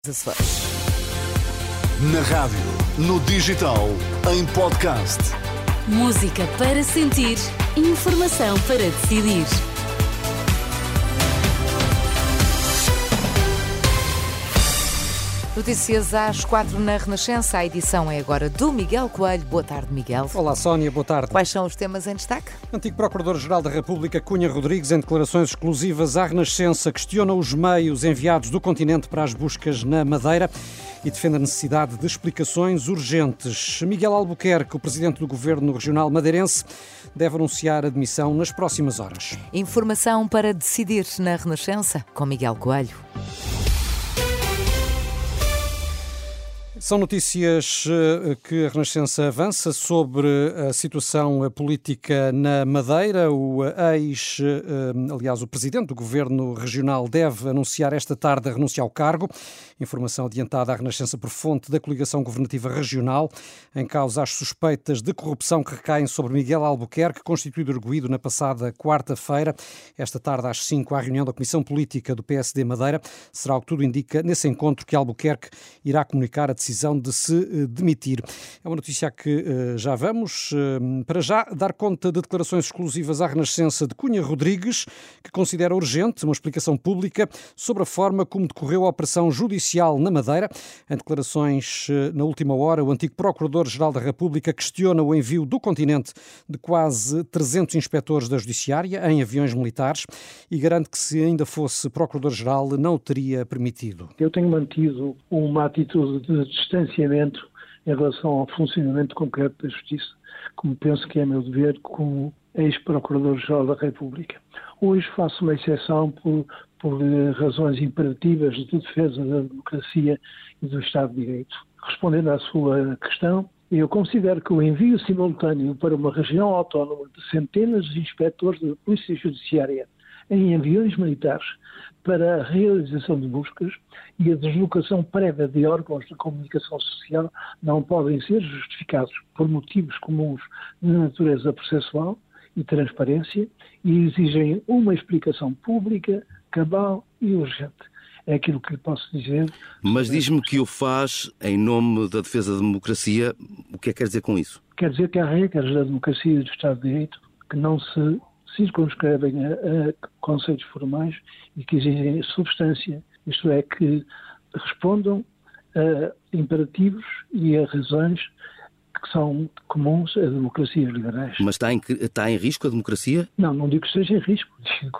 Açores. Na rádio, no digital, em podcast. Música para sentir, informação para decidir. Notícias às 4 na Renascença. A edição é agora do Miguel Coelho. Boa tarde, Miguel. Olá, Sónia. Boa tarde. Quais são os temas em destaque? Antigo Procurador-Geral da República, Cunha Rodrigues, em declarações exclusivas à Renascença, questiona os meios enviados do continente para as buscas na Madeira e defende a necessidade de explicações urgentes. Miguel Albuquerque, o Presidente do Governo Regional Madeirense, deve anunciar a demissão nas próximas horas. Informação para decidir na Renascença, com Miguel Coelho. São notícias que a Renascença avança sobre a situação política na Madeira. O Presidente do Governo Regional deve anunciar esta tarde a renúncia ao cargo. Informação adiantada à Renascença por fonte da Coligação Governativa Regional. Em causa as suspeitas de corrupção que recaem sobre Miguel Albuquerque, constituído arguido na passada quarta-feira. Esta tarde, às 5, há a reunião da Comissão Política do PSD Madeira. Será o que tudo indica nesse encontro que Albuquerque irá comunicar a decisão de se demitir. É uma notícia a que já vamos. Para já, dar conta de declarações exclusivas à Renascença de Cunha Rodrigues, que considera urgente uma explicação pública sobre a forma como decorreu a operação judicial na Madeira. Em declarações na última hora, o antigo Procurador-Geral da República questiona o envio do continente de quase 300 inspectores da Judiciária em aviões militares e garante que, se ainda fosse Procurador-Geral, não o teria permitido. Eu tenho mantido uma atitude de distanciamento em relação ao funcionamento concreto da Justiça, como penso que é meu dever como ex-Procurador-Geral da República. Hoje faço uma exceção por razões imperativas de defesa da democracia e do Estado de Direito. Respondendo à sua questão, eu considero que o envio simultâneo para uma região autónoma de centenas de inspectores da Polícia Judiciária em aviões militares para a realização de buscas e a deslocação prévia de órgãos de comunicação social não podem ser justificados por motivos comuns de natureza processual e transparência e exigem uma explicação pública, cabal e urgente. É aquilo que lhe posso dizer. Mas diz-me que o faz em nome da defesa da democracia. O que é que quer dizer com isso? Quer dizer que há regras da democracia e do Estado de Direito que não se circunscrevem a conceitos formais e que exigem substância, isto é, que respondam a imperativos e a razões que são comuns a democracias liberais. Mas está em risco a democracia? Não digo que esteja em risco.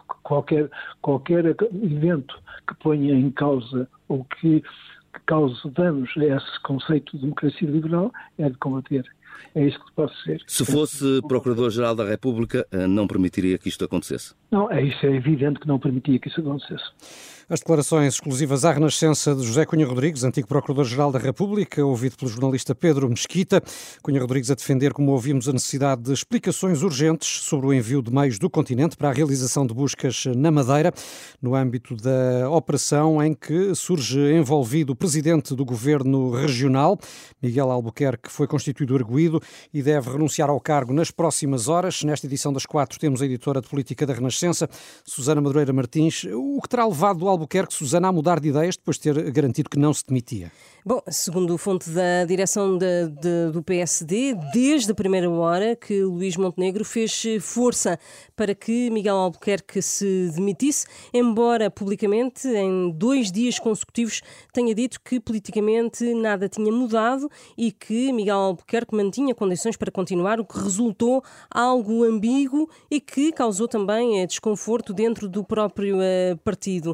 Qualquer evento que ponha em causa ou que cause danos a esse conceito de democracia liberal é de combater. É isso que posso dizer. Se fosse Procurador-Geral da República, não permitiria que isto acontecesse? Não, isso é evidente que não permitia que isso acontecesse. As declarações exclusivas à Renascença de José Cunha Rodrigues, antigo Procurador-Geral da República, ouvido pelo jornalista Pedro Mesquita. Cunha Rodrigues a defender, como ouvimos, a necessidade de explicações urgentes sobre o envio de meios do continente para a realização de buscas na Madeira, no âmbito da operação em que surge envolvido o Presidente do Governo Regional, Miguel Albuquerque, que foi constituído arguido e deve renunciar ao cargo nas próximas horas. Nesta edição das 4 temos a editora de política da Renascença, Susana Madureira Martins. O que terá levado o Albuquerque, Susana, a mudar de ideias depois de ter garantido que não se demitia? Bom, segundo fonte da direção do PSD, desde a primeira hora que Luís Montenegro fez força para que Miguel Albuquerque se demitisse, embora publicamente, em 2 dias consecutivos, tenha dito que politicamente nada tinha mudado e que Miguel Albuquerque mantinha condições para continuar, o que resultou algo ambíguo e que causou também desconforto dentro do próprio partido.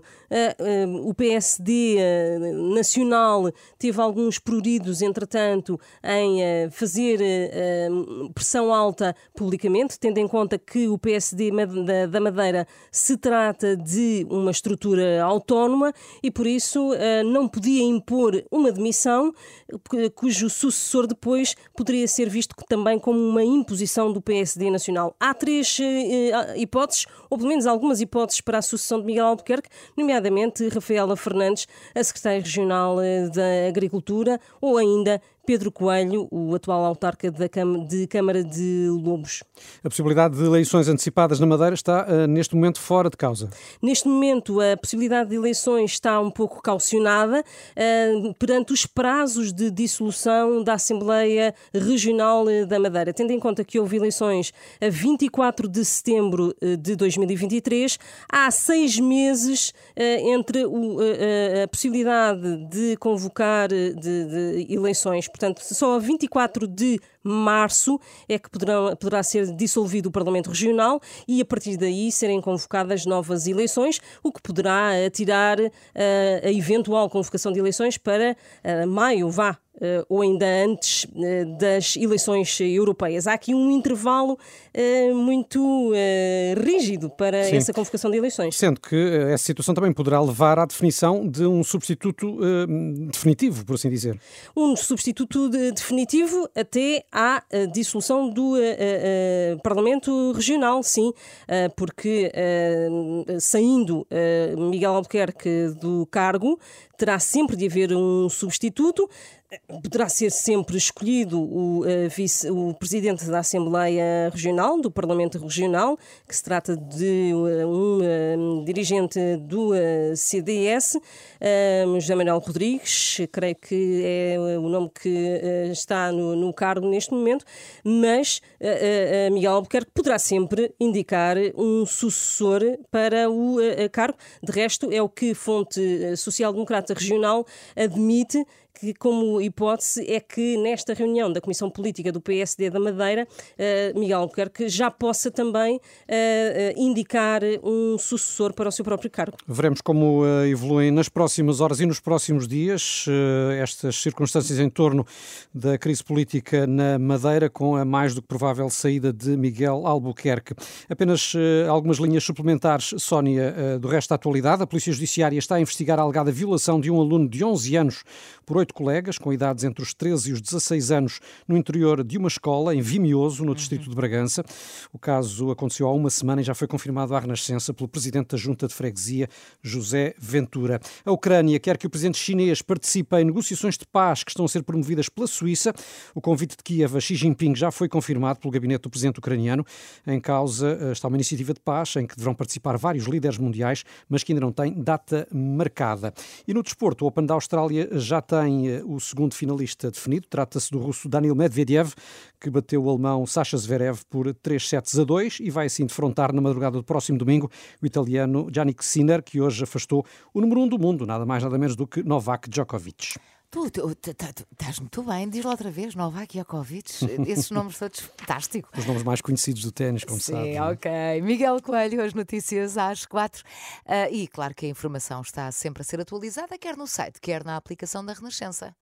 O PSD nacional teve alguns pruridos, entretanto, em fazer pressão alta publicamente, tendo em conta que o PSD da Madeira se trata de uma estrutura autónoma e, por isso, não podia impor uma demissão, cujo sucessor depois poderia ser visto também como uma imposição do PSD nacional. Há 3 hipóteses, ou pelo menos algumas hipóteses para a sucessão de Miguel Albuquerque, nomeadamente Rafaela Fernandes, a secretária regional da Agricultura, ou ainda Pedro Coelho, o atual autarca de Câmara de Lobos. A possibilidade de eleições antecipadas na Madeira está, neste momento, fora de causa. Neste momento, a possibilidade de eleições está um pouco calcionada perante os prazos de dissolução da Assembleia Regional da Madeira. Tendo em conta que houve eleições a 24 de setembro de 2023, há 6 meses entre a possibilidade de convocar de eleições. Portanto, só a 24 de março é que poderá ser dissolvido o Parlamento Regional e, a partir daí, serem convocadas novas eleições, o que poderá atirar a eventual convocação de eleições para maio, ou ainda antes das eleições europeias. Há aqui um intervalo muito rígido para essa convocação de eleições. Sendo que essa situação também poderá levar à definição de um substituto definitivo, por assim dizer. Um substituto definitivo até à dissolução do Parlamento Regional, sim, porque saindo Miguel Albuquerque do cargo, terá sempre de haver um substituto. Poderá ser sempre escolhido o presidente da Assembleia Regional, do Parlamento Regional, que se trata de um dirigente do CDS, José Manuel Rodrigues, creio que é o nome que está no cargo neste momento, mas Miguel Albuquerque poderá sempre indicar um sucessor para o cargo. De resto, é o que Fonte Social-Democrata Regional admite, que como hipótese é que nesta reunião da Comissão Política do PSD da Madeira, Miguel Albuquerque já possa também indicar um sucessor para o seu próprio cargo. Veremos como evoluem nas próximas horas e nos próximos dias estas circunstâncias em torno da crise política na Madeira, com a mais do que provável saída de Miguel Albuquerque. Apenas algumas linhas suplementares, Sónia, do resto da atualidade. A Polícia Judiciária está a investigar a alegada violação de um aluno de 11 anos por 8 colegas, com idades entre os 13 e os 16 anos, no interior de uma escola em Vimioso, no distrito de Bragança. O caso aconteceu há uma semana e já foi confirmado à Renascença pelo presidente da Junta de Freguesia, José Ventura. A Ucrânia quer que o presidente chinês participe em negociações de paz que estão a ser promovidas pela Suíça. O convite de Kiev a Xi Jinping já foi confirmado pelo gabinete do presidente ucraniano. Em causa está uma iniciativa de paz em que deverão participar vários líderes mundiais, mas que ainda não tem data marcada. E no desporto, o Open da Austrália já tem o segundo finalista definido. Trata-se do russo Daniil Medvedev, que bateu o alemão Sasha Zverev por 3-2 e vai assim defrontar na madrugada do próximo domingo o italiano Jannik Sinner, que hoje afastou o número 1 do mundo, nada mais nada menos do que Novak Djokovic. Tu estás muito bem, diz lá outra vez, Novak Djokovic, esses nomes todos fantásticos. Os nomes mais conhecidos do ténis, como sabe. Sim, ok. Miguel Coelho, as notícias às 4. E claro que a informação está sempre a ser atualizada, quer no site, quer na aplicação da Renascença.